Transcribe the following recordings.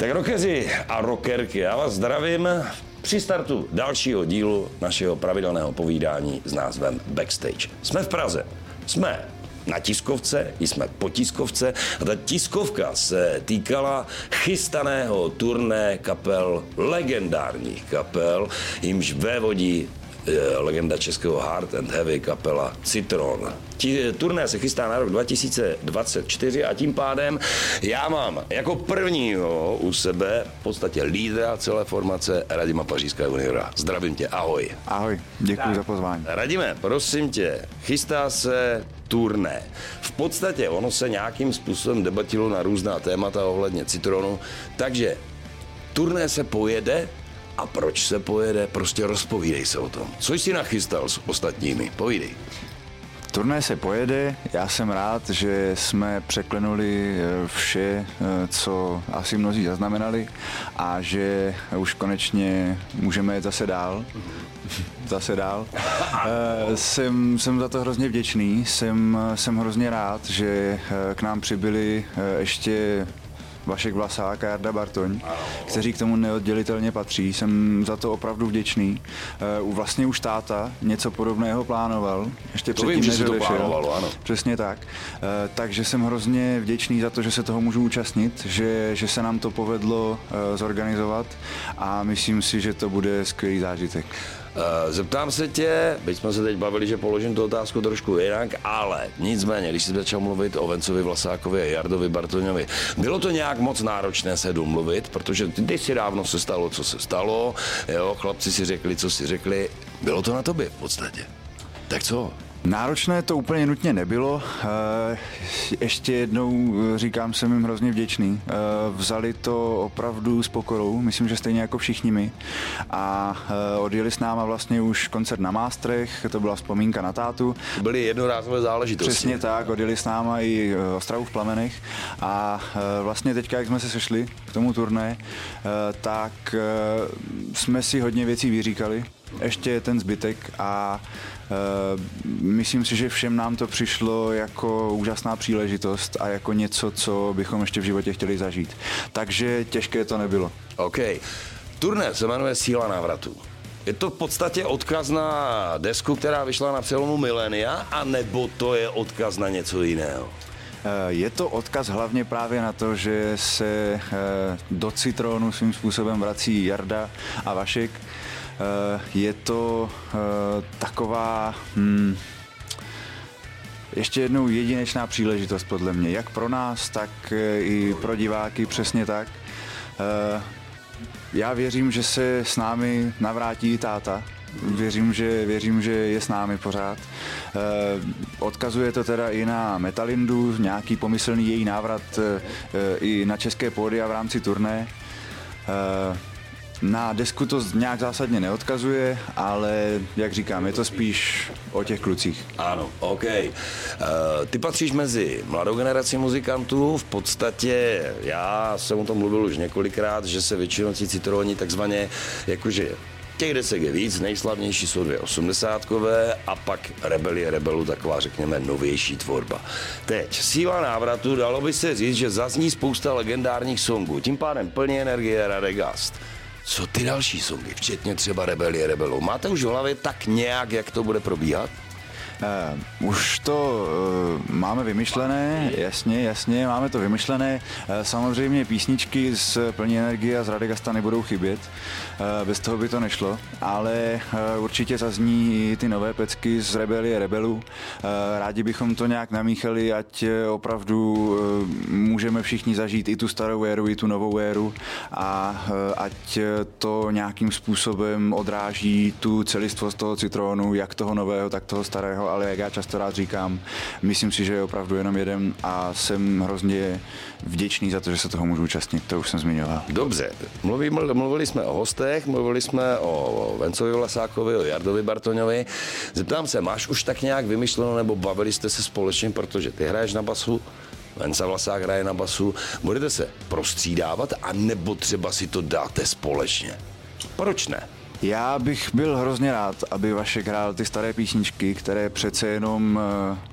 Tak rockeři a rockerky, já vás zdravím při startu dalšího dílu našeho pravidelného povídání s názvem Backstage. Jsme v Praze, jsme na tiskovce, jsme po tiskovce a ta tiskovka se týkala chystaného turné kapel, legendárních kapel, jimž vévodí legenda českého hard and heavy kapela Citron. Turné se chystá na rok 2024 a tím pádem já mám jako prvního u sebe v podstatě lídra celé formace Radima Pařížská juniora. Zdravím tě, ahoj. Ahoj, děkuji za pozvání. Radime, prosím tě, chystá se turné. V podstatě ono se nějakým způsobem debatilo na různá témata ohledně Citronu, takže turné se pojede. A proč se pojede? Prostě rozpovídej se o tom. Co jsi nachystal s ostatními? Povídej. Turné se pojede, já jsem rád, že jsme překlenuli vše, co asi mnozí zaznamenali a že už konečně můžeme jít zase dál. Jsem za to hrozně vděčný, jsem hrozně rád, že k nám přibyli ještě Vašek Vlasák a Jarda Bartoň, kteří k tomu neoddělitelně patří. Jsem za to opravdu vděčný. Vlastně už táta něco podobného plánoval. Ještě to vím, že si to plánovalo, ano. Přesně tak. Takže jsem hrozně vděčný za to, že se toho můžu účastnit, že se nám to povedlo zorganizovat a myslím si, že to bude skvělý zážitek. Zeptám se tě, byť jsme se teď bavili, že položím tu otázku trošku jinak, ale nicméně, když jsi začal mluvit o Vencovi Vlasákovi a Jardovi Bartoňovi, bylo to nějak moc náročné se domluvit, protože teď si dávno se stalo, co se stalo, jo, chlapci si řekli, co si řekli, bylo to na tobě v podstatě. Tak co? Náročné to úplně nutně nebylo. Ještě jednou říkám, jsem jim hrozně vděčný. Vzali to opravdu s pokorou, myslím, že stejně jako všichni my. A odjeli s náma vlastně už koncert na Mástrech, to byla vzpomínka na tátu. Byly jednorázové záležitosti. Přesně tak, odjeli s náma i Ostravu v plamenech. A vlastně teďka, jak jsme se sešli k tomu turné, tak jsme si hodně věcí vyříkali. Ještě ten zbytek a myslím si, že všem nám to přišlo jako úžasná příležitost a jako něco, co bychom ještě v životě chtěli zažít. Takže těžké to nebylo. OK. Turné se jmenuje Síla návratu. Je to v podstatě odkaz na desku, která vyšla na přelomu milénia, anebo to je odkaz na něco jiného? Je to odkaz hlavně právě na to, že se do Citronu svým způsobem vrací Jarda a Vašek. Je to taková ještě jednou jedinečná příležitost podle mě, jak pro nás, tak i pro diváky, přesně tak. Já věřím, že se s námi navrátí táta. Věřím, že je s námi pořád. Odkazuje to teda i na Metalindu, nějaký pomyslný její návrat i na české pódia v rámci turné. Na desku to nějak zásadně neodkazuje, ale jak říkám, je to spíš o těch klucích. Ano, OK. Ty patříš mezi mladou generaci muzikantů, v podstatě já jsem o tom mluvil už několikrát, že se většinou ti Citroni takzvaně, jakože těch desek je víc, nejslavnější jsou 80kové a pak Rebelie rebelů, taková řekněme novější tvorba. Teď, Síla návratu, dalo by se říct, že zazní spousta legendárních songů, tím pádem Plný energie, Radegast. Co ty další songy, včetně třeba Rebelie rebelů? Máte už v hlavě tak nějak, jak to bude probíhat? Už to máme vymyšlené, jasně, máme to vymyšlené. Samozřejmě písničky z Plní energie a z Radegasta nebudou chybět, bez toho by to nešlo, ale určitě zazní i ty nové pecky z Rebelie rebelů. Rádi bychom to nějak namíchali, ať opravdu můžeme všichni zažít i tu starou éru, i tu novou éru a ať to nějakým způsobem odráží tu celistvost toho Citronu, jak toho nového, tak toho starého, ale jak já často rád říkám, myslím si, že je opravdu jenom jeden a jsem hrozně vděčný za to, že se toho můžu účastnit, to už jsem zmiňoval. Dobře, mluvili jsme o hostech, mluvili jsme o Vencovi Vlasákovi, o Jardovi Bartoňovi. Zeptám se, máš už tak nějak vymyšleno nebo bavili jste se společně, protože ty hraješ na basu, Venca Vlasák hraje na basu, budete se prostřídávat a nebo třeba si to dáte společně? Proč ne? Já bych byl hrozně rád, aby Vašek hrál ty staré písničky, které přece jenom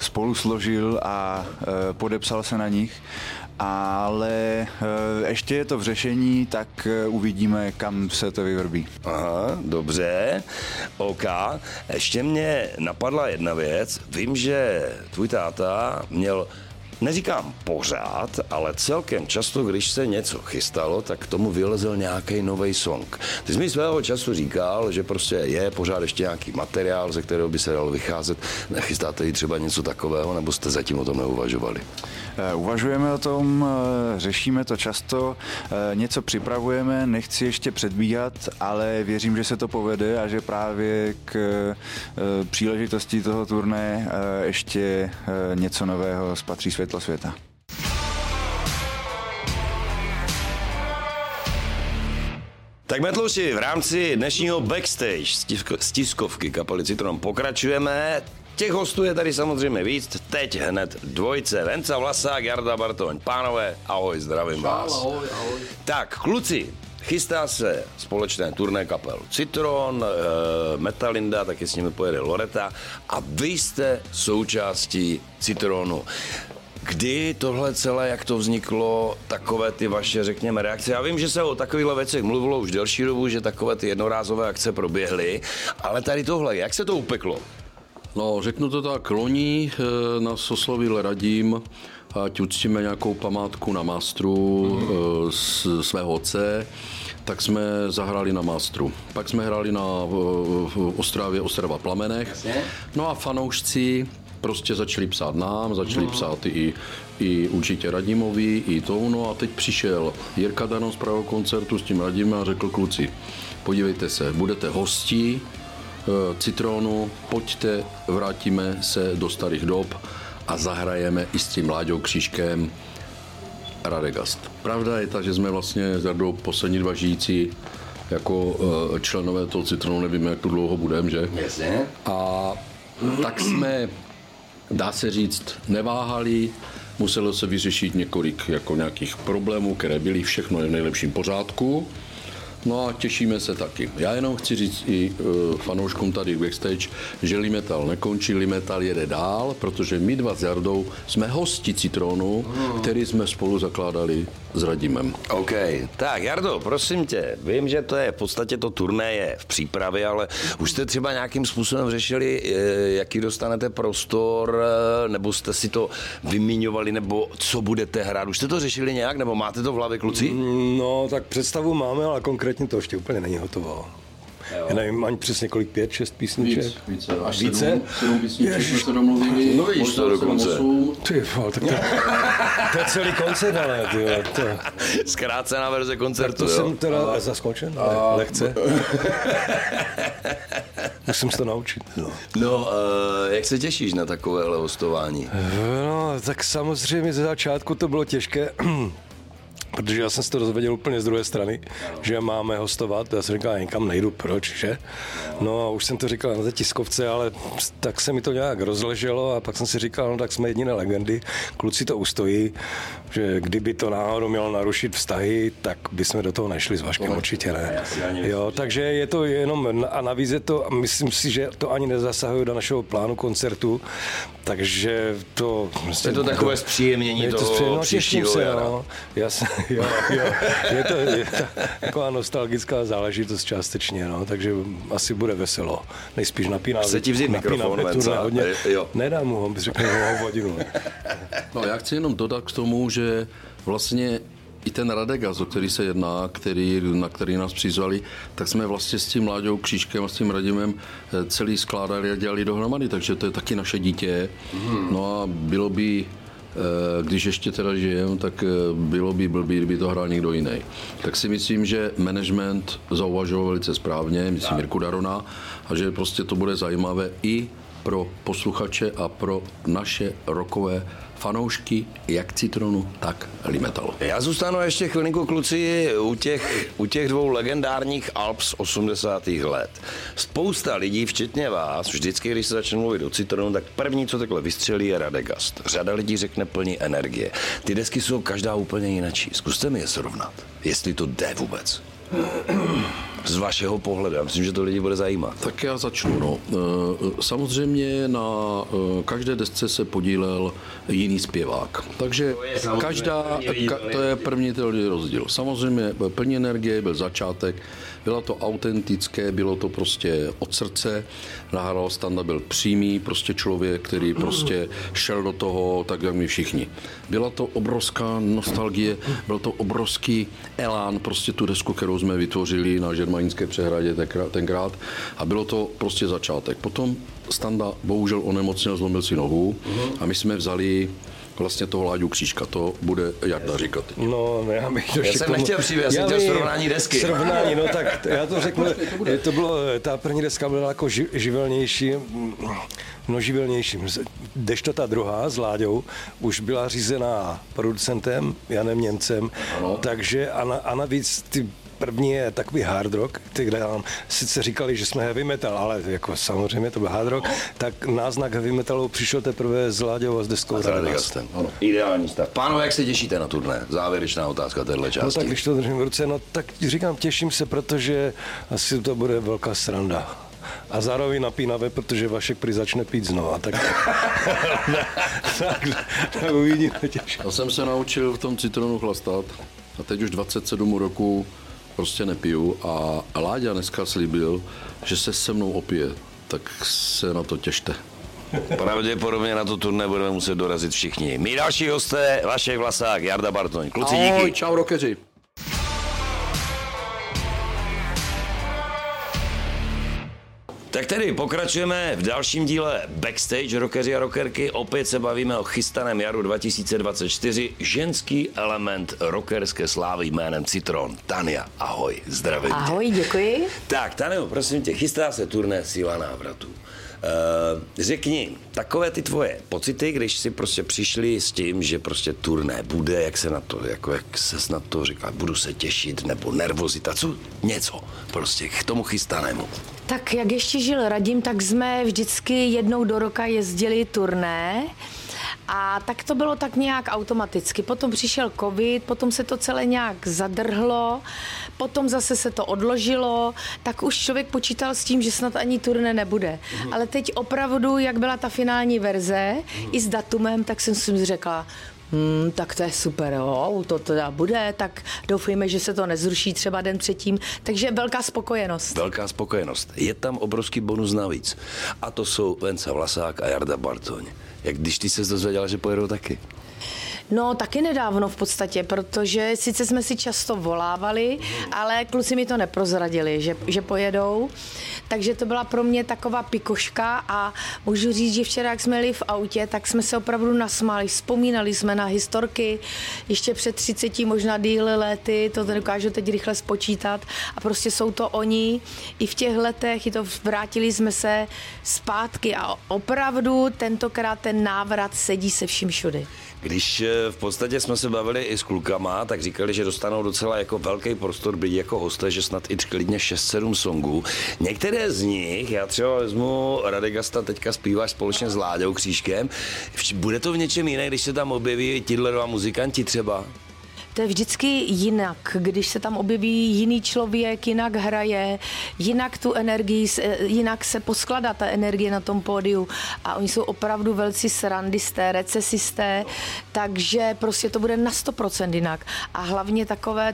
spolu složil a podepsal se na nich. Ale ještě je to v řešení, tak uvidíme, kam se to vyvrbí. Aha, dobře, OK. Ještě mě napadla jedna věc. Vím, že tvůj táta měl, neříkám pořád, ale celkem často, když se něco chystalo, tak k tomu vylezl nějaký nový song. Ty jsi mi svého času říkal, že prostě je pořád ještě nějaký materiál, ze kterého by se dalo vycházet. Nechystáte jí třeba něco takového, nebo jste zatím o tom neuvažovali? Uvažujeme o tom, řešíme to často, něco připravujeme, nechci ještě předbíhat, ale věřím, že se to povede a že právě k příležitosti toho turné ještě něco nového spatří světlo světa. Tak Metlouši, v rámci dnešního backstage z tiskovky kapely Citron pokračujeme. Těch hostů je tady samozřejmě víc, teď hned dvojice, Venca Vlasák, Jarda Bartoň. Pánové, ahoj, zdravím vás. Ahoj. Tak, kluci, chystá se společné turné kapel Citron, Metalinda, taky s nimi pojede Loreta a vy jste součástí Citronu. Kdy tohle celé, jak to vzniklo, takové ty vaše, řekněme, reakce? Já vím, že se o takovýchhle věcech mluvilo už delší dobu, že takové ty jednorázové akce proběhly, ale tady tohle, jak se to upeklo? No, řeknu to tak, loni nás oslovil Radim, ať uctíme nějakou památku na Mastru svého otce, tak jsme zahrali na Mastru. Pak jsme hráli na Ostravě Ostrava Plamenech. No a fanoušci prostě začali psát nám, začali psát i určitě Radimovi, i tomu. No a teď přišel Jirka Danon z Pravého koncertu s tím Radimem a řekl: kluci, podívejte se, budete hosti Citronu, pojďte, vrátíme se do starých dob a zahrajeme i s tím Láďou Křížkem Radegast. Pravda je ta, že jsme vlastně s Jardou poslední dva žijící jako členové toho Citronu, nevíme, jak tu dlouho budeme, že? Jasně. A tak jsme, dá se říct, neváhali, muselo se vyřešit několik jako nějakých problémů, které byly, všechno je v nejlepším pořádku. No a těšíme se taky. Já jenom chci říct i fanouškům tady backstage, že Limetal nekončí, Limetal jede dál, protože my dva s Jardou jsme hosti Citronu, který jsme spolu zakládali s Radimem. OK. Tak Jardo, prosím tě, vím, že to je v podstatě to turné je v přípravě, ale už jste třeba nějakým způsobem řešili, jaký dostanete prostor, nebo jste si to vymiňovali, nebo co budete hrát? Už jste to řešili nějak, nebo máte to v hlavě, kluci? No, tak představu máme, ale konkrétně to ještě úplně není hotovo. Já nevím, ani přesně kolik, 5-6 písniček? Více. Až Více? 7 písniček jsme se domluvili. No víš to dokonce. Ty vole, tak to je celý koncert, ale ty vole, to... Zkrácená verze koncertu, To jo? jsem teda zaskočen, lehce. Musím se to naučit. No, jak se těšíš na takovéhle hostování? No, tak samozřejmě ze začátku to bylo těžké, protože já jsem si to dozvěděl úplně z druhé strany, že máme hostovat. Já jsem říkal, já nikam nejdu, proč, že? No a už jsem to říkal na té tiskovce, ale tak se mi to nějak rozleželo a pak jsem si říkal, no tak jsme jediné legendy, kluci to ustojí, že kdyby to náhodou mělo narušit vztahy, tak bychom do toho nešli s Vaškem, určitě ne. Jo, takže je to jenom, a navíc je to, myslím si, že to ani nezasahuje do našeho plánu koncertu, takže to... Je to takové zpříjemnění toho příštího jara. No. Jo. Je to taková nostalgická záležitost částečně, no, takže asi bude veselo. Nejspíš napínáme. Chce ti vzít mikrofon, Venca? Jo. Nedám mu ho, řekne ho hodinu. No, já chci jenom dodat k tomu, že vlastně i ten Radegast, o který se jedná, na který nás přizvali, tak jsme vlastně s tím Láďou Křížkem a s tím Radimem celý skládali a dělali dohromady, takže to je taky naše dítě. No a bylo by, když ještě teda žijem, tak bylo by blbý, kdyby to hrál někdo jiný. Tak si myslím, že management zauvažoval velice správně, myslím Jirku Darona, a že prostě to bude zajímavé i pro posluchače a pro naše rockové fanoušky, jak Citronu, tak Limetalu. Já zůstanu ještě chvilinku, kluci, u těch dvou legendárních alb z 80. let. Spousta lidí, včetně vás, vždycky, když se začne mluvit o Citronu, tak první, co takhle vystřelí, je Radegast. Řada lidí řekne plný energie. Ty desky jsou každá úplně jinačí. Zkuste mi je srovnat, jestli to jde vůbec. z vašeho pohledu? Já myslím, že to lidi bude zajímat. Tak já začnu. No. Samozřejmě na každé desce se podílel jiný zpěvák. Takže to je první rozdíl. Samozřejmě plní energie byl začátek, bylo to autentické, bylo to prostě od srdce. Nahrál Standa byl přímý, prostě člověk, který prostě šel do toho, tak jak my všichni. Byla to obrovská nostalgie, byl to obrovský elán, prostě tu desku, kterou jsme vytvořili na Žermánské přehradě tenkrát a bylo to prostě začátek. Potom Standa bohužel onemocněl, zlomil si nohu a my jsme vzali vlastně toho Láďu Křížka, to bude Jarda říkat. No, já bych Já jsem nechtěl přijít, já jsem chtěl srovnání desky. Srovnání, no tak já to řeknu, to bylo, ta první deska byla jako živelnější, kdežto ta druhá s Láďou už byla řízená producentem Janem Němcem, takže a navíc ty první je takový hard rock, kde nám sice říkali, že jsme heavy metal, ale jako samozřejmě to byl hard rock, tak náznak heavy metalu přišel teprve z Láďou a s deskou Radegastem. Ideální stav. Pánové, jak se těšíte na turné? Závěrečná otázka téhle části. No tak když to držím v ruce, no tak říkám, těším se, protože asi to bude velká sranda. A zároveň napínavé, protože Vašek prý začne pít znova. Tak uvidíme, těším. Já jsem se naučil v tom citronu chlastat a teď už 27 roků prostě nepiju a Láďa dneska slíbil, že se se mnou opije, tak se na to těšte. Pravděpodobně na to turné budeme muset dorazit všichni. My další hosté, Vašek Vlasák, Jarda Bartoň. Kluci, díky. Ahoj, čau rockeři. Tak tedy pokračujeme v dalším díle Backstage, rockeři a rockerky. Opět se bavíme o chystaném jaru 2024. Ženský element rockerské slávy jménem Citron. Tania, ahoj, zdravím tě. Ahoj, děkuji. Tak, Tanio, prosím tě, chystá se turné Síla návratů. Řekni, takové ty tvoje pocity, když si prostě přišli s tím, že prostě turné bude, jak se na to, jako jak ses na to říká, budu se těšit, nebo nervozita, co? Něco prostě k tomu chystanému. Tak jak ještě žil Radim, tak jsme vždycky jednou do roka jezdili turné. A tak to bylo tak nějak automaticky. Potom přišel covid, potom se to celé nějak zadrhlo, potom zase se to odložilo, tak už člověk počítal s tím, že snad ani turné nebude. Ale teď opravdu, jak byla ta finální verze, i s datumem, tak jsem si řekla, tak to je super, jo, to teda bude, tak doufejme, že se to nezruší třeba den předtím, takže velká spokojenost. Velká spokojenost. Je tam obrovský bonus navíc. A to jsou Venca Vlasák a Jarda Bartoň. Jak když ty se dozvěděla, že pojedou taky? No, taky nedávno v podstatě, protože sice jsme si často volávali, ale kluci mi to neprozradili, že pojedou. Takže to byla pro mě taková pikoška a můžu říct, že včera, jak jsme jeli v autě, tak jsme se opravdu nasmáli, vzpomínali jsme na historky ještě před 30, možná díl lety, to nedokážu teď rychle spočítat a prostě jsou to oni i v těch letech, vrátili jsme se zpátky a opravdu tentokrát ten návrat sedí se vším všudy. Když v podstatě jsme se bavili i s klukama, tak říkali, že dostanou docela jako velký prostor být jako hosté, že snad i klidně 6-7 songů. Některé z nich, já třeba vezmu Radegasta, teďka zpíváš společně s Láďou Křížkem. Bude to v něčem jiné, když se tam objeví tihle dva muzikanti třeba? To je vždycky jinak, když se tam objeví jiný člověk, jinak hraje, jinak tu energii, jinak se poskládá ta energie na tom pódiu a oni jsou opravdu velcí srandisté, recesisté, takže prostě to bude na 100% jinak a hlavně takové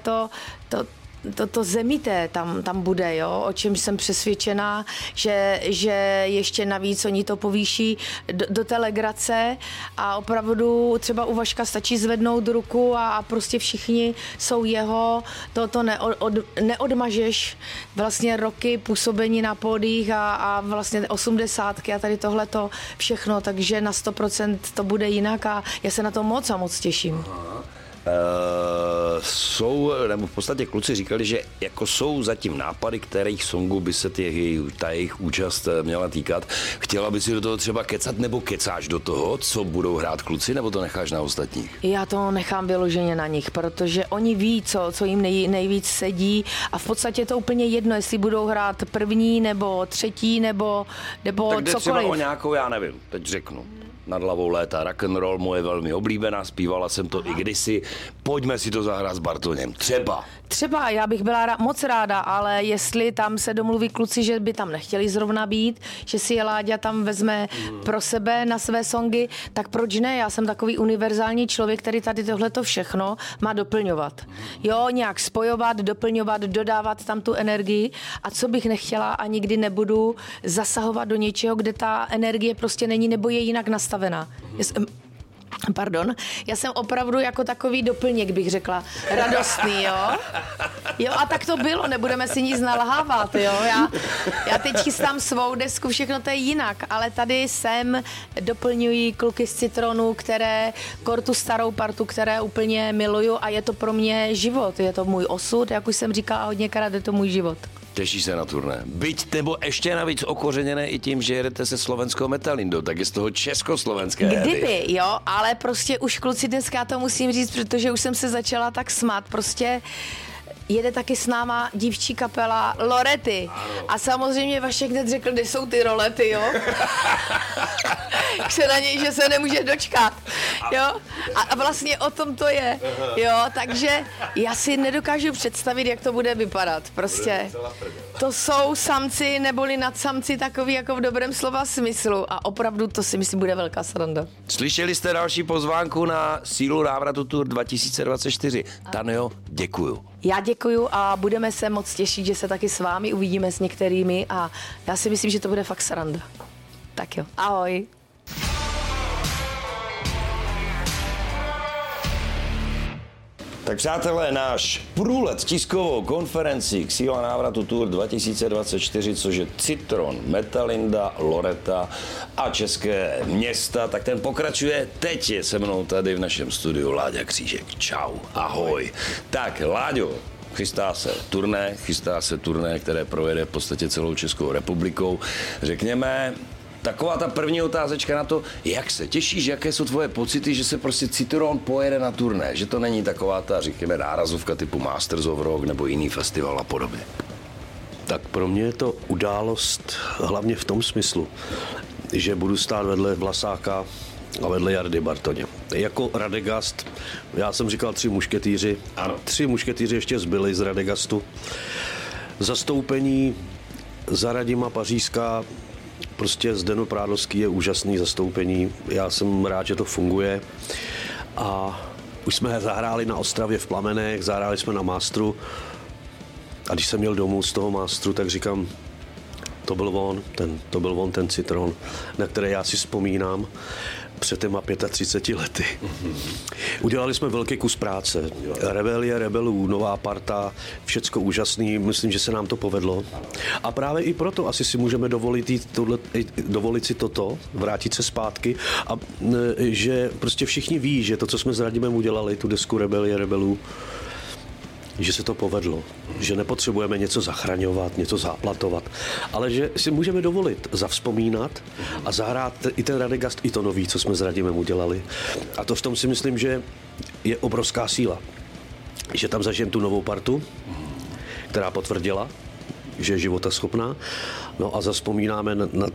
to zemité tam bude, jo, o čem jsem přesvědčená, že ještě navíc oni to povýší do té legrace a opravdu třeba u Vaška stačí zvednout ruku a prostě všichni jsou jeho, to neodmažeš vlastně roky působení na pódiích a vlastně 80 a tady tohleto všechno, takže na 100% to bude jinak a já se na to moc a moc těším. Nebo v podstatě kluci říkali, že jako jsou zatím nápady, kterých songů by se ta jejich účast měla týkat. Chtěla by si do toho třeba kecat, nebo kecáš do toho, co budou hrát kluci, nebo to necháš na ostatních? Já to nechám vyloženě na nich, protože oni ví, co jim nejvíc sedí a v podstatě je to úplně jedno, jestli budou hrát první, nebo třetí, nebo tak cokoliv. Tak třeba o nějakou, já nevím, teď řeknu. Nad hlavou léta rock'n'roll, moje velmi oblíbená, zpívala jsem to i kdysi. pojďme si to zahrát s Bartoněm. Třeba, já bych byla moc ráda, ale jestli tam se domluví kluci, že by tam nechtěli zrovna být, že si je Láďa tam vezme pro sebe na své songy, tak proč ne? Já jsem takový univerzální člověk, který tady tohleto všechno má doplňovat. Jo, nějak spojovat, doplňovat, dodávat tam tu energii a co bych nechtěla a nikdy nebudu zasahovat do něčeho, kde ta energie prostě není nebo je jinak nastavená. Já jsem opravdu jako takový doplněk, bych řekla, radostný, jo? Jo, a tak to bylo, nebudeme si nic nalhávat, jo? Já teď chystám svou desku, všechno to je jinak, ale tady doplňují kluky z Citronu, tu starou partu, které úplně miluju a je to pro mě život, je to můj osud, jak už jsem říkala hodněkrát, je to můj život. Těší se na turné. Byť nebo ještě navíc okořeněné i tím, že jedete se slovenskou Metalindou, tak je z toho československé. Kdyby, jo, ale prostě už kluci dneska to musím říct, protože už jsem se začala tak smát, prostě jede taky s náma dívčí kapela Lorety. A samozřejmě Vašek hned řekl, kde jsou ty rolety, jo? Se na něj, že se nemůže dočkat, jo? A vlastně o tom to je, jo? Takže já si nedokážu představit, jak to bude vypadat. Prostě to jsou samci neboli nadsamci takový jako v dobrém slova smyslu a opravdu to si myslím bude velká sranda. Slyšeli jste další pozvánku na Sílu návratu Tour 2024. Tanjo, děkuju. Já děkuju a budeme se moc těšit, že se taky s vámi uvidíme s některými a já si myslím, že to bude fakt sranda. Tak jo, ahoj. Tak přátelé, náš průlet tiskovou konferenci k Síla návratu Tour 2024, což je Citron, Metalinda, Loreta a České města, tak ten pokračuje. Teď je se mnou tady v našem studiu Láďa Křížek. Čau, ahoj. Tak, Láďo, chystá se turné, které projede v podstatě celou Českou republikou. Řekněme, taková ta první otázečka na to, jak se těšíš, jaké jsou tvoje pocity, že se prostě Citron pojede na turné, že to není taková ta, řekněme, nárazovka typu Masters of Rock nebo jiný festival a podobně. Tak pro mě je to událost hlavně v tom smyslu, že budu stát vedle Vlasáka a vedle Jardy Bartoně. Jako Radegast, já jsem říkal 3 mušketýři, ano. 3 mušketýři ještě zbyli z Radegastu. Zastoupení za Radima Pařížská, prostě Zdeno Prádlovský je úžasný zastoupení. Já jsem rád, že to funguje. A už jsme zahráli na Ostravě v Plamenech, zahráli jsme na Mastru. A když jsem měl domů z toho Mastru, tak říkám, to byl on, ten Citron, na který já si vzpomínám před těma 35 lety. Udělali jsme velký kus práce. Rebelie, rebelů, nová parta, všecko úžasný, myslím, že se nám to povedlo. A právě i proto asi si můžeme dovolit si toto, vrátit se zpátky a že prostě všichni ví, že to, co jsme s Radimem udělali, tu desku Rebelie, rebelů, že se to povedlo, že nepotřebujeme něco zachraňovat, něco záplatovat, ale že si můžeme dovolit zavzpomínat a zahrát i ten Radegast, i to nový, co jsme s Radimem udělali. A to v tom si myslím, že je obrovská síla. Že tam zažijeme tu novou partu, která potvrdila, že je životaschopná, no a zavzpomínáme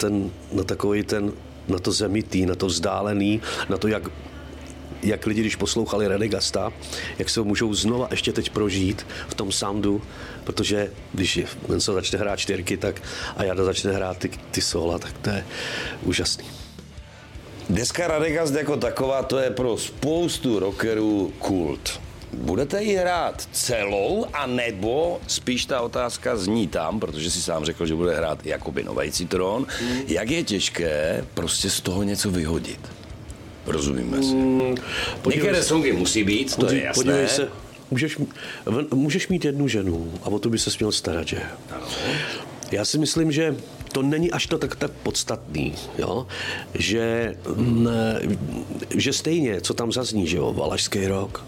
na to zemitý, na to vzdálený, na to, jak lidi, když poslouchali Radegasta, jak se ho můžou znova ještě teď prožít v tom soundu, protože když Menso začne hrát 4, tak a Jarda začne hrát ty sola, tak to je úžasný. Deska Radegast jako taková, to je pro spoustu rockerů kult. Budete ji hrát celou, anebo spíš ta otázka zní tam, protože si sám řekl, že bude hrát jakoby novej Citron. Jak je těžké prostě z toho něco vyhodit? Rozumíme si. Některé songy musí být, to je jasné. Podívej se, můžeš mít jednu ženu a o to by se směl starat, že? Ano. Já si myslím, že to není až to tak podstatný, jo? Že stejně, co tam zazní, že jo, valašský rock,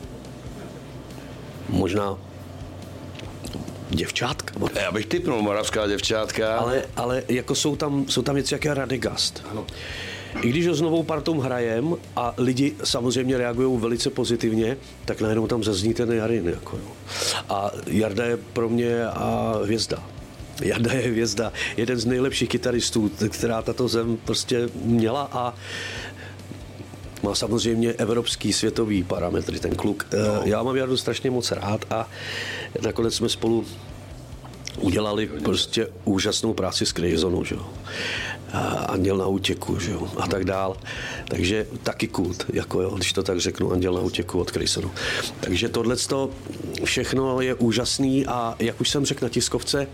možná děvčátka. Já bych tipnul moravská děvčátka. Ale jako jsou tam věci, jak je Radegast. Ano. I když ho s novou partou hrajem a lidi samozřejmě reagují velice pozitivně, tak najednou tam zazní ten Jarin. Jako, jo. A Jarda je pro mě hvězda. Jarda je hvězda. Jeden z nejlepších kytaristů, která tato zem prostě měla a má samozřejmě evropský, světový parametry, ten kluk. Já mám Jardu strašně moc rád a nakonec jsme spolu udělali prostě úžasnou práci s Crazonu, že jo. Anděl na útěku, že jo, a tak dál. Takže taky kult, jako jo, když to tak řeknu, Anděl na útěku od Crazonu. Takže tohleto všechno je úžasný a jak už jsem řekl na tiskovce,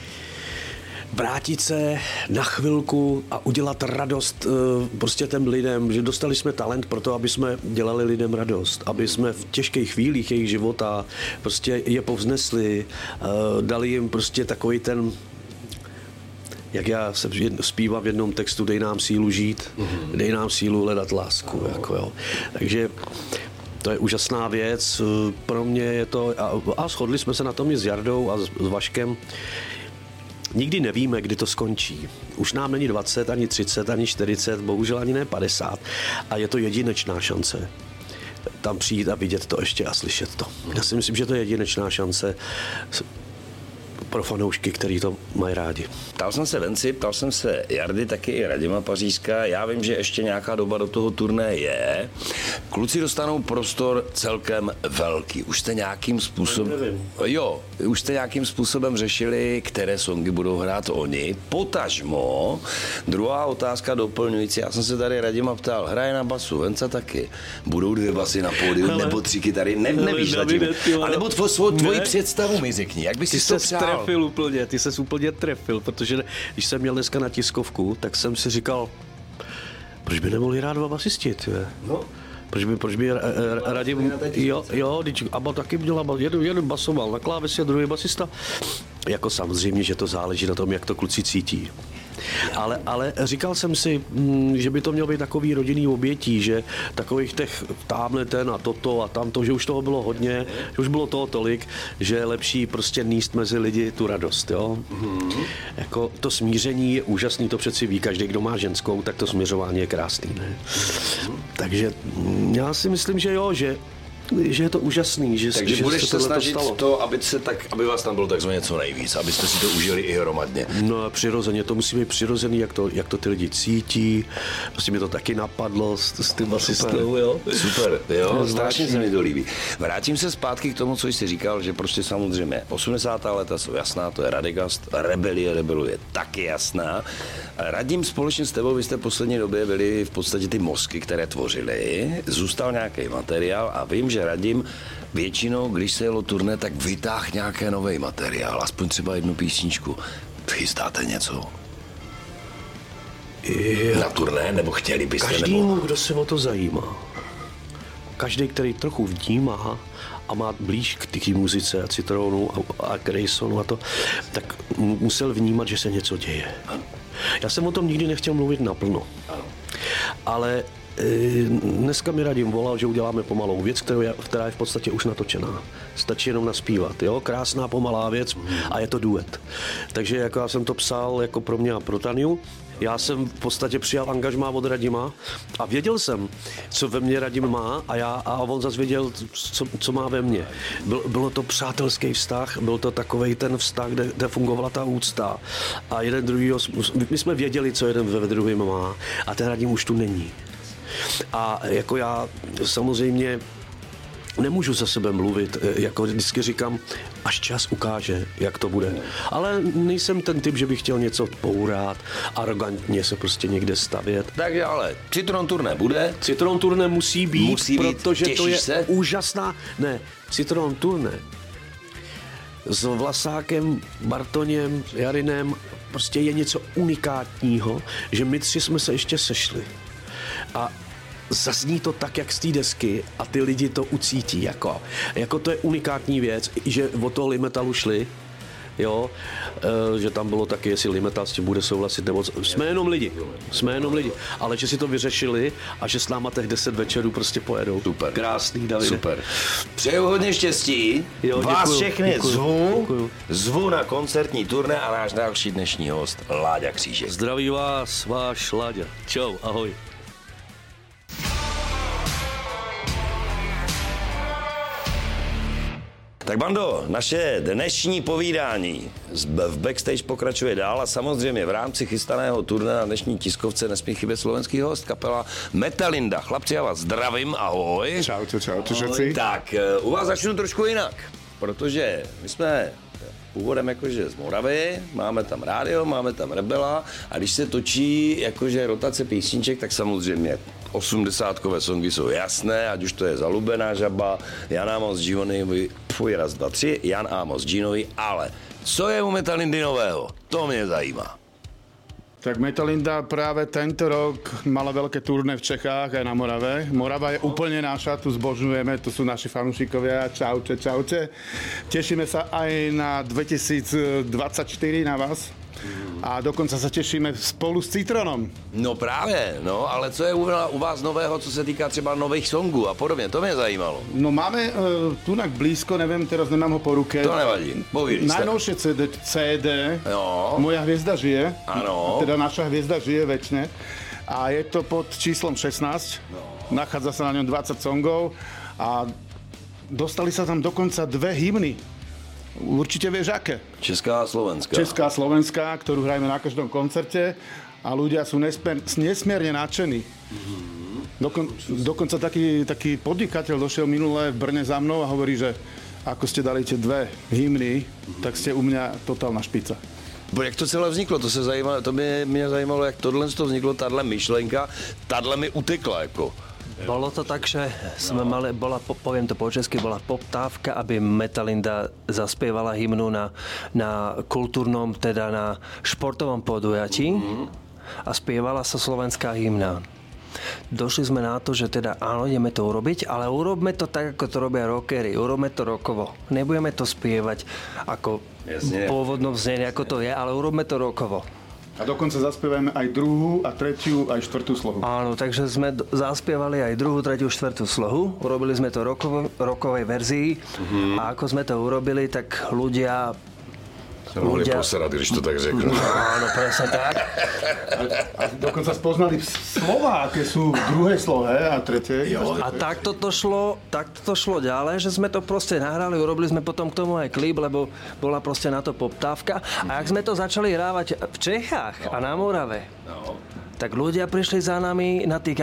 vrátit se na chvilku a udělat radost prostě těm lidem, že dostali jsme talent pro to, aby jsme dělali lidem radost, aby jsme v těžkých chvílích jejich života prostě je povznesli, dali jim prostě takový ten, jak já se zpívám v jednom textu, dej nám sílu žít, dej nám sílu hledat lásku, jako jo. Takže to je úžasná věc, pro mě je to, a shodli jsme se na tom i s Jardou a s Vaškem. Nikdy nevíme, kdy to skončí. Už nám není 20, ani 30, ani 40, bohužel ani ne 50. A je to jedinečná šance tam přijít a vidět to ještě a slyšet to. Já si myslím, že to je jedinečná šance pro fanoušky, který to mají rádi. Ptal jsem se Venci, ptal jsem se Jardy, taky i Radima Pařížská. Já vím, že ještě nějaká doba do toho turné je. Kluci dostanou prostor celkem velký. Už jste nějakým způsobem... Jo, už jste nějakým způsobem řešili, které songy budou hrát oni. Potažmo. Druhá otázka doplňující. Já jsem se tady Radima ptal, hraje na basu, Venca taky. Budou 2 basy na pódiu, nebo 3 kytary, nevíš zatím. A nebo tvoji představu mi řekni, jak bys si to přál? Ty ses úplně trefil, protože když jsem měl dneska na tiskovku, tak jsem si říkal, proč by nemohli hrát 2 basisti, tyve? No. Proč by Radim, jo, Aba taky měla, jeden basoval na klávesi a druhý basista. Jako samozřejmě, že to záleží na tom, jak to kluci cítí. Ale říkal jsem si, že by to mělo být takový rodinný obětí, že takových těch támhle ten a toto a tamto, že už toho bylo hodně, že už bylo toho tolik, že je lepší prostě níst mezi lidi tu radost, jo. Jako to smíření je úžasný, to přeci ví každý, kdo má ženskou, tak to směřování je krásný, ne? Takže já si myslím, že jo, že je to úžasný, že takže budeš se snažit to, aby vás tam bylo takzvaně co nejvíc, abyste si to užili i hromadně. No přirozeně, to musí být přirozený, jak to ty lidi cítí. Prostě mi to taky napadlo s tím basistou, jo. Super, jo, strašně se mi to líbí. Vrátím se zpátky k tomu, co jsi říkal, že prostě samozřejmě 80. léta jsou jasná, to je Radegast, Rebelie rebeluje taky jasná. Radim, společně s tebou, vy jste v poslední době byli v podstatě ty mozky, které tvořili, zůstal nějaký materiál a vím, že Radim většinou, když se jelo turné, tak vytáhl nějaký nový materiál, aspoň třeba jednu písničku. Chystáte něco? Na turné, nebo chtěli byste? Každému, kdo se o to zajímá. Každý, který trochu vnímá a má blíž k té muzice a Citronu a Crazonu a to, tak musel vnímat, že se něco děje. Já jsem o tom nikdy nechtěl mluvit naplno. Ale dneska mi Radim volal, že uděláme pomalou věc, která je v podstatě už natočená. Stačí jenom naspívat, jo? Krásná pomalá věc a je to duet. Takže jako já jsem to psal jako pro mě a pro Taniu. Já jsem v podstatě přijal angažmá od Radima a věděl jsem, co ve mně Radim má a on zase věděl, co má ve mně. Bylo to přátelský vztah, byl to takovej ten vztah, kde fungovala ta úcta a jeden druhýho, my jsme věděli, co jeden ve druhém má a ten Radim už tu není. A jako já samozřejmě nemůžu za sebe mluvit, jako vždycky říkám, až čas ukáže, jak to bude. Ale nejsem ten typ, že bych chtěl něco bourat, arrogantně se prostě někde stavět. Takže ale Citron turné bude? Citron turné musí být, protože to je se? úžasná... Ne, Citron turné s Vlasákem, Bartoněm, Jarinem prostě je něco unikátního, že my 3 jsme se ještě sešli. A zazní to tak, jak z té desky a ty lidi to ucítí, jako to je unikátní věc, že od toho Limetalu šli, jo, že tam bylo taky, jestli Limetal s tím bude souhlasit, nebo jsme jenom lidi, ale že si to vyřešili a že s náma těch 10 večerů prostě pojedou. Super. Krásný, Davide. Super. Přeju hodně štěstí. Jo, vás děkuju, všechny zvu na koncertní turné a náš další dnešní host Láďa Křížek. Zdraví vás, váš Láďa. Čau, ahoj. Tak Bando, naše dnešní povídání v Backstage pokračuje dál a samozřejmě v rámci chystaného turné na dnešní tiskovce nesmí chybět slovenský host, kapela Metalinda. Chlapci, já vás zdravím, ahoj. Čaute všetci. Tak, u vás začnu trošku jinak, protože my jsme původem jakože z Moravy, máme tam rádio, máme tam Rebela a když se točí jakože rotace písniček, tak samozřejmě 80kové songy jsou jasné, ať už to je Zalubená žaba, Jan Amos Ginovi, raz, dva, tři, Jan Amos Ginovi, ale co je u Metalindy nového? To mě zajímá. Tak Metalinda práve tento rok mala veľké turné v Čechách aj na Morave. Morava je úplne naša, tu zbožňujeme, tu sú naši fanúšikovia. Čaute, čaute. Tešíme sa aj na 2024 na vás. A dokonca sa tešíme spolu s Citronom. No právě, no, ale co je u vás nového, co se týká třeba nových songů a podobně, to mě zajímalo. No máme tunak blízko, neviem, teraz nemám ho po ruke. To nevadí, povídej. Najnovšie CD, no. Moja hviezda žije. Ano. Teda naša hviezda žije večne. A je to pod číslom 16. No. Nachádza sa na ňom 20 songov a dostali sa tam dokonca 2 hymny. Určite vieš aké. Česká a slovenská. Česká a slovenská, ktorú hrajeme na každom koncerte a ľudia sú nesmierne nadšení. Dokonca taký podnikateľ došiel minulé v Brne za mnou a hovorí, že ako ste dali tie 2 hymny, tak ste u mňa totálna špica. Jak to celé vzniklo? To mě zajímalo, jak tohle to vzniklo, tahle myšlenka, tahle mi utekla jako. Bolo to tak, že sme poviem to po česky, bola poptávka, aby Metalinda zaspievala hymnu na kultúrnom, teda na športovom podujatí a spievala sa slovenská hymna. Došli sme na to, že teda áno, ideme to urobiť, ale urobme to tak, ako to robia rockery. Urobme to rockovo. Nebudeme to spievať ako pôvodnom znení, ako to je, ale urobme to rockovo. A dokonca zaspievame aj druhú a tretiu, aj štvrtú slohu. Áno, takže sme zaspievali aj druhú, tretiu, štvrtú slohu. Urobili sme to rockovej verzii a ako sme to urobili, tak ľudia mohli posrať, když to tak řeknu. Áno, presne tak. A dokonca spoznali slova, aké sú v druhej slohe a tretej. A takto to šlo ďalej, že sme to proste nahrali, urobili sme potom k tomu aj klip, lebo bola proste na to poptávka. A ak sme to začali hrávať v Čechách a na Morave, tak ľudia prišli za nami na tých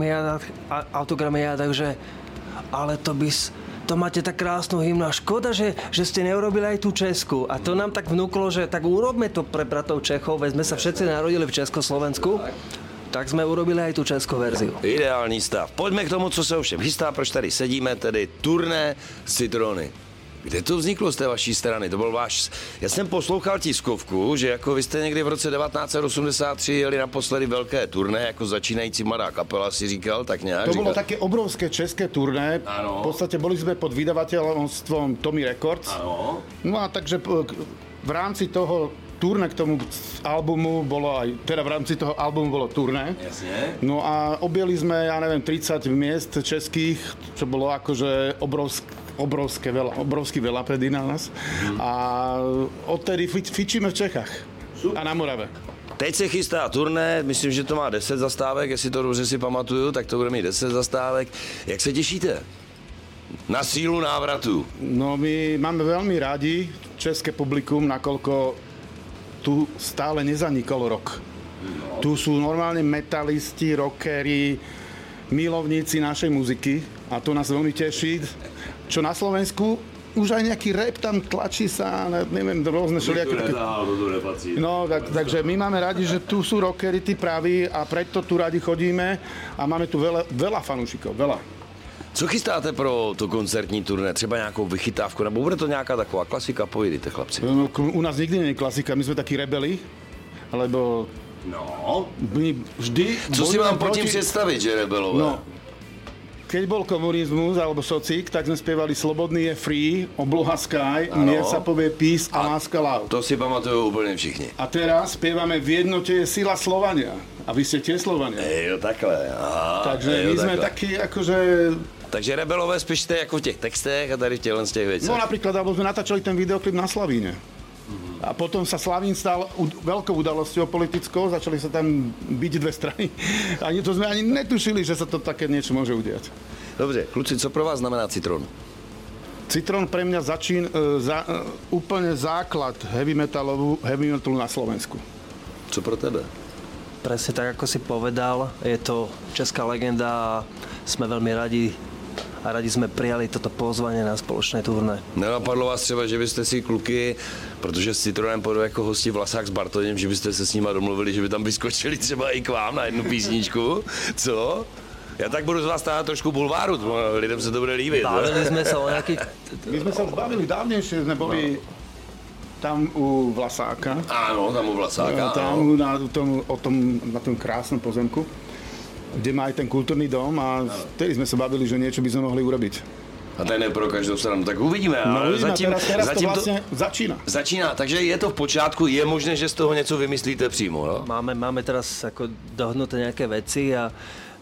autogramiádach, že ale to máte tak krásnu hymnu a škoda, že ste neurobili aj tú česku. A to nám tak vnúklo, že tak urobme to pre bratov Čechov, veď sme sa všetci narodili v Československu, tak jsme urobili aj tu českou verziu. Ideální stav. Pojďme k tomu, co se ovšem chystá, proč tady sedíme, tedy turné Citrony. Kde to vzniklo z té vaší strany? To byl váš... Já jsem poslouchal tiskovku, že jako vy jste někdy v roce 1983 jeli naposledy velké turné, jako začínající mladá kapela, si říkal, tak nějak. To bolo také obrovské české turné. Ano. V podstate boli sme pod vydavateľstvom Tommy Records. Ano. No a takže v rámci toho turné k tomu albumu bolo aj, teda v rámci toho albumu bolo turné. Jasne. No a objeli sme, ja neviem, 30 miest českých, čo bolo akože obrovsky veľa pred nás. A odtedy fičíme v Čechách a na Morave. Teď se chystá turné, myslím, že to má 10 zastávek, jestli to dobře si pamatuju, tak to bude mít 10 zastávek. Jak se těšíte na sílu návratu? No my máme veľmi rádi české publikum, nakoľko tu stále nezanikol rock. Tu sú normálne metalisti, rockeri, milovníci našej muziky a to nás veľmi teší. Čo na Slovensku už aj nejaký rap tam tlačí sa, neviem, rôzne všelijaké. No, takže my máme radi, že tu sú rockery, tí praví a preto tu radi chodíme a máme tu veľa fanúšikov, veľa. Co chystáte pro to koncertní turné? Třeba nějakou vychytávku, nebo bude to nějaká taková klasika? Povídejte, chlapci. No, u nás nikdy nie je klasika, my sme takí rebeli, lebo my vždy... Co si mám pod tím představit, že rebelové? No, keď bol komunizmus alebo socik, tak sme spievali Slobodný je free, Obloha sky, Mier sa povie peace a láska love. To si pamatujú úplne všichni. A teraz spievame V jednote je sila Slovania. A vy ste tie Slovania. Jo, takhle. Aha, takže my sme takí akože... Takže rebelové spíšte jako v těch textech a tady v těchto z těch věcech. No napríklad, alebo sme natáčali ten videoklip na Slavíne. A potom sa Slavín stal veľkou udalosťou politickou, začali sa tam byť dve strany. Ani to sme ani netušili, že sa to také niečo môže udiať. Dobře, kluci, co pro vás znamená Citron? Citrón pre mňa úplne základ heavy metalu na Slovensku. Co pro tebe? Presne tak, ako si povedal, je to česká legenda a sme veľmi radi sme prijali toto pozvanie na spoločné turné. Nenapadlo vás třeba, že byste si kluky, protože s Citronem pojdu jako hosti Vlasák s Bartoněm, že byste se s nima domluvili, že by tam vyskočili třeba i k vám na jednu písničku? Co? Já tak budu z vás stávat trošku bulváru, lidem se to bude líbit. Bavili sme sa o nejaký... My sme sa už bavili dávnejšie, sme boli tam u Vlasáka. Áno, tam u Vlasáka. Tam na tom krásnom pozemku, kde má aj ten kultúrny dom a vtedy sme sa bavili, že niečo by sme mohli urobiť. A ten je pro každou stranu, tak uvidíme. No uvidíme, teraz to vlastne začíná, takže je to v počátku, je možné, že z toho něco vymyslíte přímo, no? Máme teraz ako dohnuté nejaké veci a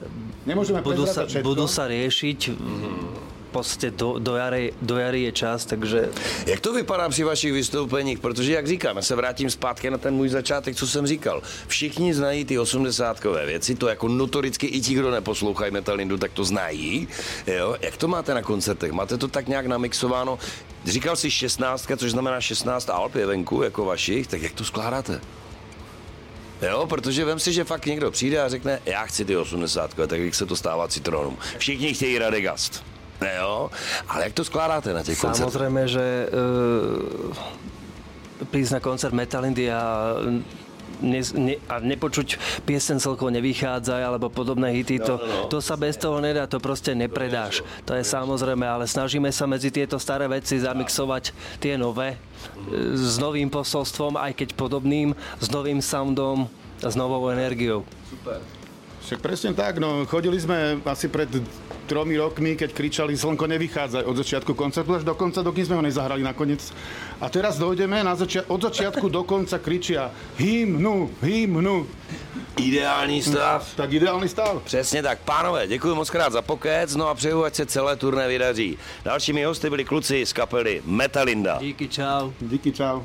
budú sa riešiť. V podstatě do jary je čas, takže... Jak to vypadá při vašich vystoupeních? Protože, jak říkám, já se vrátím zpátky na ten můj začátek, co jsem říkal. Všichni znají ty 80kové věci, to jako notoricky i ti, kdo neposlouchají Metalindu, tak to znají. Jo? Jak to máte na koncertech? Máte to tak nějak namixováno? Říkal jsi 16, což znamená 16 alb je venku, jako vašich, tak jak to skládáte? Jo, protože vem si, že fakt někdo přijde a řekne, já chci ty 80, tak jak se to stává Citronům. Všichni chtějí Radegast. Jo, ale jak to skládáte na těch koncertech? Samozrejme, že prísť na koncert Metalindy a nepočuť pieseň celkovo nevychádza alebo podobné hity, to sa bez toho nedá, to proste nepredáš. To je samozrejme, ale snažíme sa medzi tieto staré veci zamixovať tie nové s novým posolstvom, aj keď podobným, s novým soundom a s novou energiou. Super. Však presne tak, no chodili sme asi pred 3 rokmi, keď kričali Slnko nevychádza od začiatku koncertu až do konca, dokým sme ho nezahrali nakoniec. A teraz dojdeme, od začiatku do konca kričia hymnu. Ideální stav. Tak ideální stav. Přesně tak. Pánové, děkuji moc krát za pokec, no a přeju, ať se celé turné vydaří. Dalšími hosty byli kluci z kapely Metalinda. Díky, čau. Díky, čau.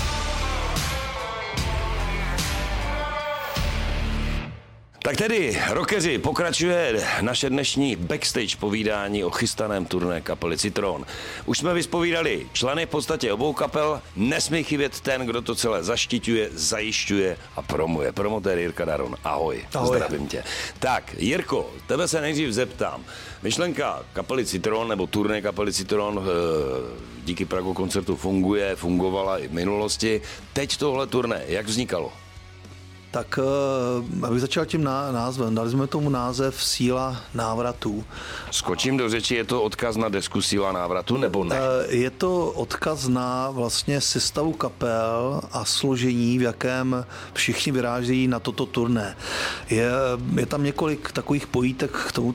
Tak tedy, rockeři, pokračuje naše dnešní backstage povídání o chystaném turné kapely Citron. Už jsme vyspovídali členy v podstatě obou kapel, nesmí chybět ten, kdo to celé zaštiťuje, zajišťuje a promuje. Promotér Jirka Daron, ahoj. Zdravím tě. Tak, Jirko, tebe se nejdřív zeptám. Myšlenka kapely Citron, nebo turné kapely Citron díky Prago koncertu fungovala i v minulosti. Teď tohle turné, jak vznikalo? Tak abych začal tím názvem. Dali jsme tomu název Síla návratů. Skočím do řeči, je to odkaz na desku Síla návratu, nebo ne? Je to odkaz na vlastně sestavu kapel a složení, v jakém všichni vyrážejí na toto turné. Je tam několik takových pojítek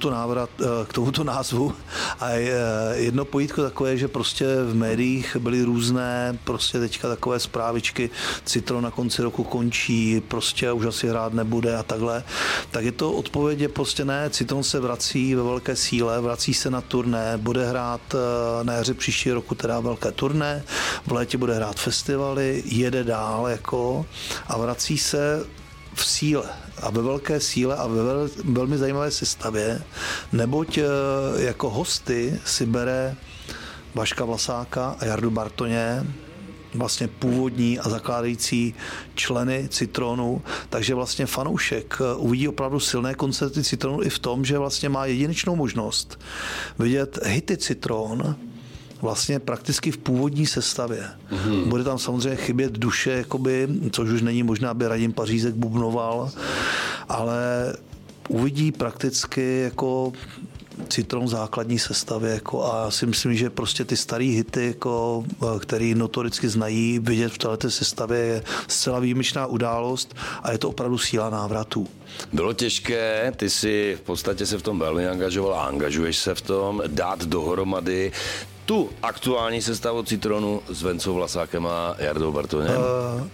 k tomuto názvu a jedno pojítko takové, že prostě v médiích byly různé prostě teďka takové zprávičky, Citron na konci roku končí, prostě už asi hrát nebude a takhle. Tak je to odpověď, prostě ne, Citron se vrací ve velké síle, vrací se na turné, bude hrát na jaře příští roku teda velké turné, v létě bude hrát festivaly, jede dál jako a vrací se v síle a ve velké síle a ve velmi zajímavé sestavě, neboť jako hosty si bere Vaška Vlasáka a Jardu Bartoně, vlastně původní a zakládající členy Citronu, takže vlastně fanoušek uvidí opravdu silné koncerty Citronu i v tom, že vlastně má jedinečnou možnost vidět hity Citron vlastně prakticky v původní sestavě. Bude tam samozřejmě chybět duše, jakoby, což už není možné, aby Radim Pařízek bubnoval, ale uvidí prakticky jako Citron v základní sestavě jako a já si myslím, že prostě ty starý hity, jako, který notoricky znají, vidět v této sestavě je zcela výjimečná událost a je to opravdu síla návratů. Bylo těžké, ty si v podstatě se v tom velmi angažoval a angažuješ se v tom, dát dohromady tu aktuální sestavu Citronu s Vencou Vlasákem a Jardou Bartoněm?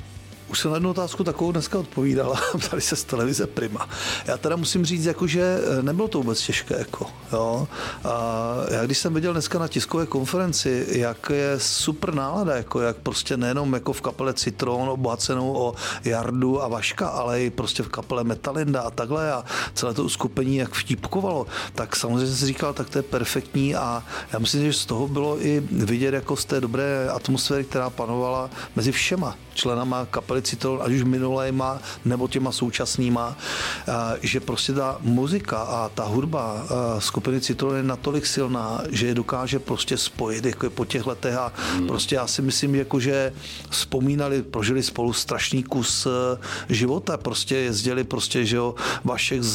Už jsem na jednu otázku takovou dneska odpovídala, ptali se z televize Prima. Já teda musím říct, jako, že nebylo to vůbec těžké. Jako, jo. A já když jsem viděl dneska na tiskové konferenci, jak je super nálada, jako, jak prostě nejenom jako v kapele Citron obohacenou o Jardu a Vaška, ale i prostě v kapele Metalinda a takhle a celé to uskupení jak vtípkovalo, tak samozřejmě jsem si říkal, tak to je perfektní a já myslím, že z toho bylo i vidět jako z té dobré atmosféry, která panovala mezi všema členama kapely Citron, ať už minulejma nebo těma současnýma, že prostě ta muzika a ta hudba skupiny Citron je natolik silná, že je dokáže prostě spojit jako po těch letech a prostě já si myslím, jako, že vzpomínali, prožili spolu strašný kus života, prostě jezdili prostě, že jo, Vašek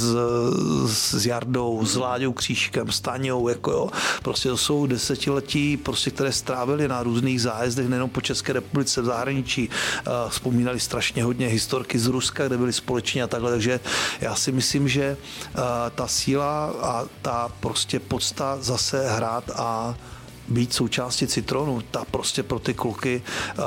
s Jardou, s Láďou Křížkem, s Taňou, jako jo, prostě to jsou desetiletí, prostě, které strávili na různých zájezdech, nejenom po České republice, v zahraničí, vzpomínali strašně hodně historky z Ruska, kde byli společně a takhle, takže já si myslím, že ta síla a ta prostě podsta zase hrát a být součástí Citronu, ta prostě pro ty kluky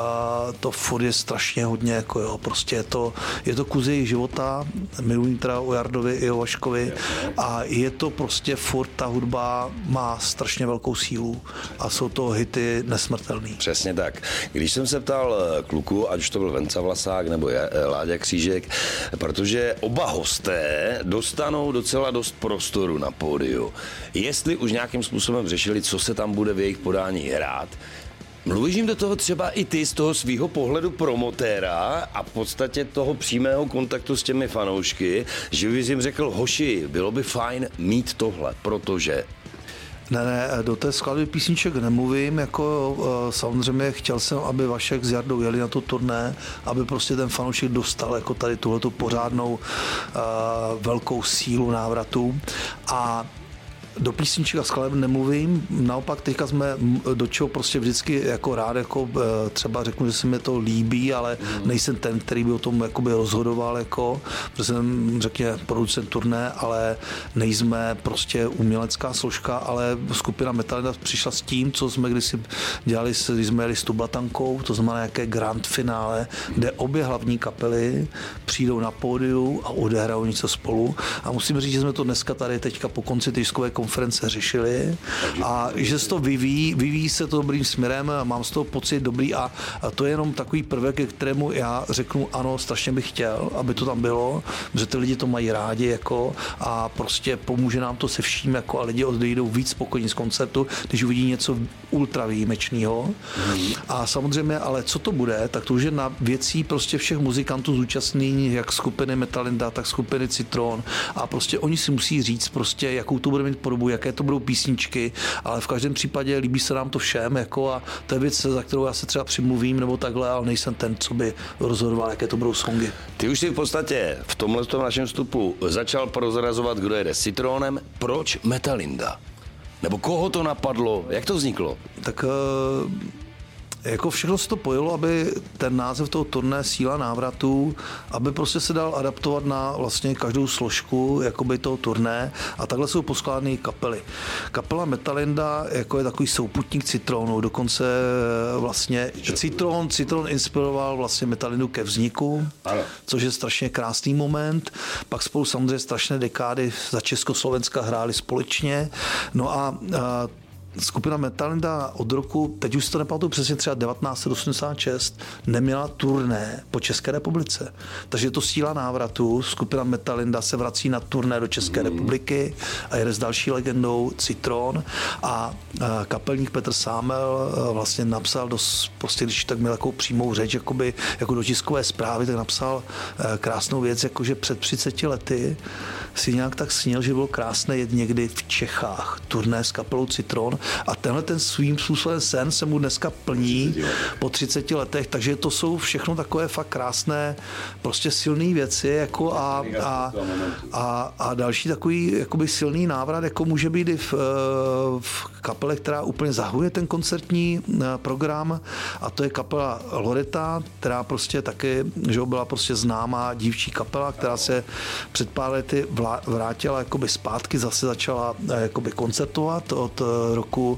to furt je strašně hodně, jako jo, prostě je to kus jejich života, miluji teda o Jardovi i o Vaškovi a je to prostě furt, ta hudba má strašně velkou sílu a jsou to hity nesmrtelný. Přesně tak. Když jsem se ptal kluku, ať už to byl Venca Vlasák nebo Láďa Křížek, protože oba hosté dostanou docela dost prostoru na pódiu. Jestli už nějakým způsobem řešili, co se tam bude v jejich podání hrát, mluvíš jim do toho třeba i ty z toho svýho pohledu promotéra a v podstatě toho přímého kontaktu s těmi fanoušky, že bys jim řekl, hoši, bylo by fajn mít tohle, protože... Ne, do té skladby písniček nemluvím, jako samozřejmě chtěl jsem, aby Vašek s Jardou jeli na to turné, aby prostě ten fanoušek dostal jako tady tuhletu pořádnou velkou sílu návratu a do písniček a skladeb nemluvím, naopak teďka jsme do čeho prostě vždycky jako rád, jako třeba řeknu, že se mi to líbí, ale nejsem ten, který by o tom jakoby rozhodoval, jako, protože jsem, řekně, producent turné, ale nejsme prostě umělecká složka, ale skupina Metalinda přišla s tím, co jsme kdysi dělali, když jsme jeli s Tublatankou, to znamená nějaké grand finále, kde obě hlavní kapely přijdou na pódiu a odehrajou něco spolu a musím říct, že jsme to dneska tady teďka po konci tiskové konference řešili a že se to vyvíjí se to dobrým směrem, mám z toho pocit dobrý a to je jenom takový prvek, ke kterému já řeknu ano, strašně bych chtěl, aby to tam bylo, protože ty lidi to mají rádi jako a prostě pomůže nám to se vším jako a lidi odejdou víc spokojení z koncertu, když uvidí něco ultra výjimečného. A samozřejmě, ale co to bude, tak to už je na věcí prostě všech muzikantů zúčastněných, jak skupiny Metalinda, tak skupiny Citron a prostě oni si musí říct prostě, jakou to bude mít podobu, jaké to budou písničky, ale v každém případě líbí se nám to všem, jako a to je věc, za kterou já se třeba přimluvím nebo takhle, ale nejsem ten, co by rozhodoval, jaké to budou songy. Ty už si v podstatě v tomhle našem vstupu začal prozrazovat, kdo jede s Citronem. Proč Metalinda? Nebo koho to napadlo? Jak to vzniklo? Tak jako všechno se to pojilo, aby ten název toho turné Síla návratu, aby prostě se dal adaptovat na vlastně každou složku jakoby toho turné a takhle jsou poskládány kapely. Kapela Metalinda jako je takový souputník Citronu, dokonce vlastně Citron inspiroval vlastně Metalindu ke vzniku, což je strašně krásný moment. Pak spolu samozřejmě strašné dekády za Československa hráli společně. No a skupina Metalinda od roku, teď už si to nepamatuju přesně, třeba 1986 neměla turné po České republice. Takže je to síla návratu. Skupina Metalinda se vrací na turné do České republiky a jede s další legendou Citron a kapelník Petr Sámel vlastně napsal prostě, když tak měl takovou přímou řeč, jakoby, jako do tiskové zprávy, tak napsal krásnou věc, jakože před 30 lety si nějak tak snil, že bylo krásné jet někdy v Čechách turné s kapelou Citron a tenhle ten svým způsobem sen se mu dneska plní po 30 letech, takže to jsou všechno takové fakt krásné, prostě silné věci jako a další takový jakoby silný návrat, jako může být i v kapele, která úplně zahuje ten koncertní program a to je kapela Loreta, která prostě taky, že byla prostě známá dívčí kapela, která se před pár lety vrátila jakoby zpátky, zase začala jakoby koncertovat od roku roku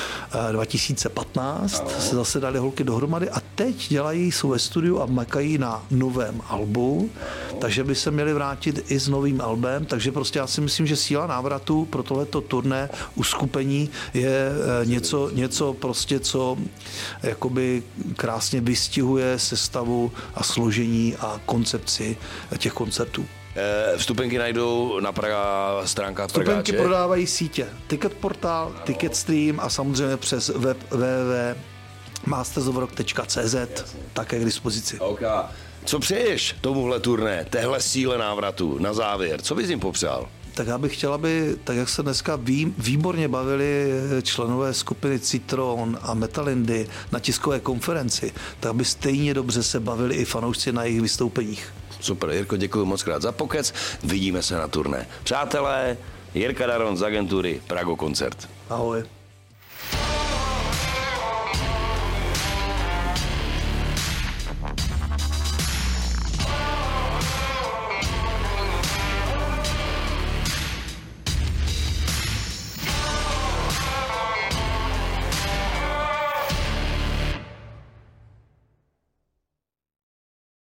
2015 se zase dali holky dohromady a teď jsou ve studiu a makají na novém albu, takže by se měli vrátit i s novým albem, takže prostě já si myslím, že síla návratu pro tohleto turné uskupení je něco prostě, co jakoby krásně vystihuje sestavu a složení a koncepci těch koncertů. Vstupenky najdou na stránkách Pragáče. Vstupenky prodávají sítě Ticketportal, Ticketstream a samozřejmě přes web www.mastersofrock.cz také k dispozici. Okay. Co přeješ tomuhle turné, téhle síle návratu na závěr? Co bys jim popřál? Tak já bych chtěl, aby, tak jak se dneska výborně bavili členové skupiny Citron a Metalindy na tiskové konferenci, tak aby stejně dobře se bavili i fanoušci na jejich vystoupeních. Super, Jirko, děkuji moc krát za pokec. Vidíme se na turné. Přátelé, Jirka Daron z agentury Prago Koncert. Ahoj.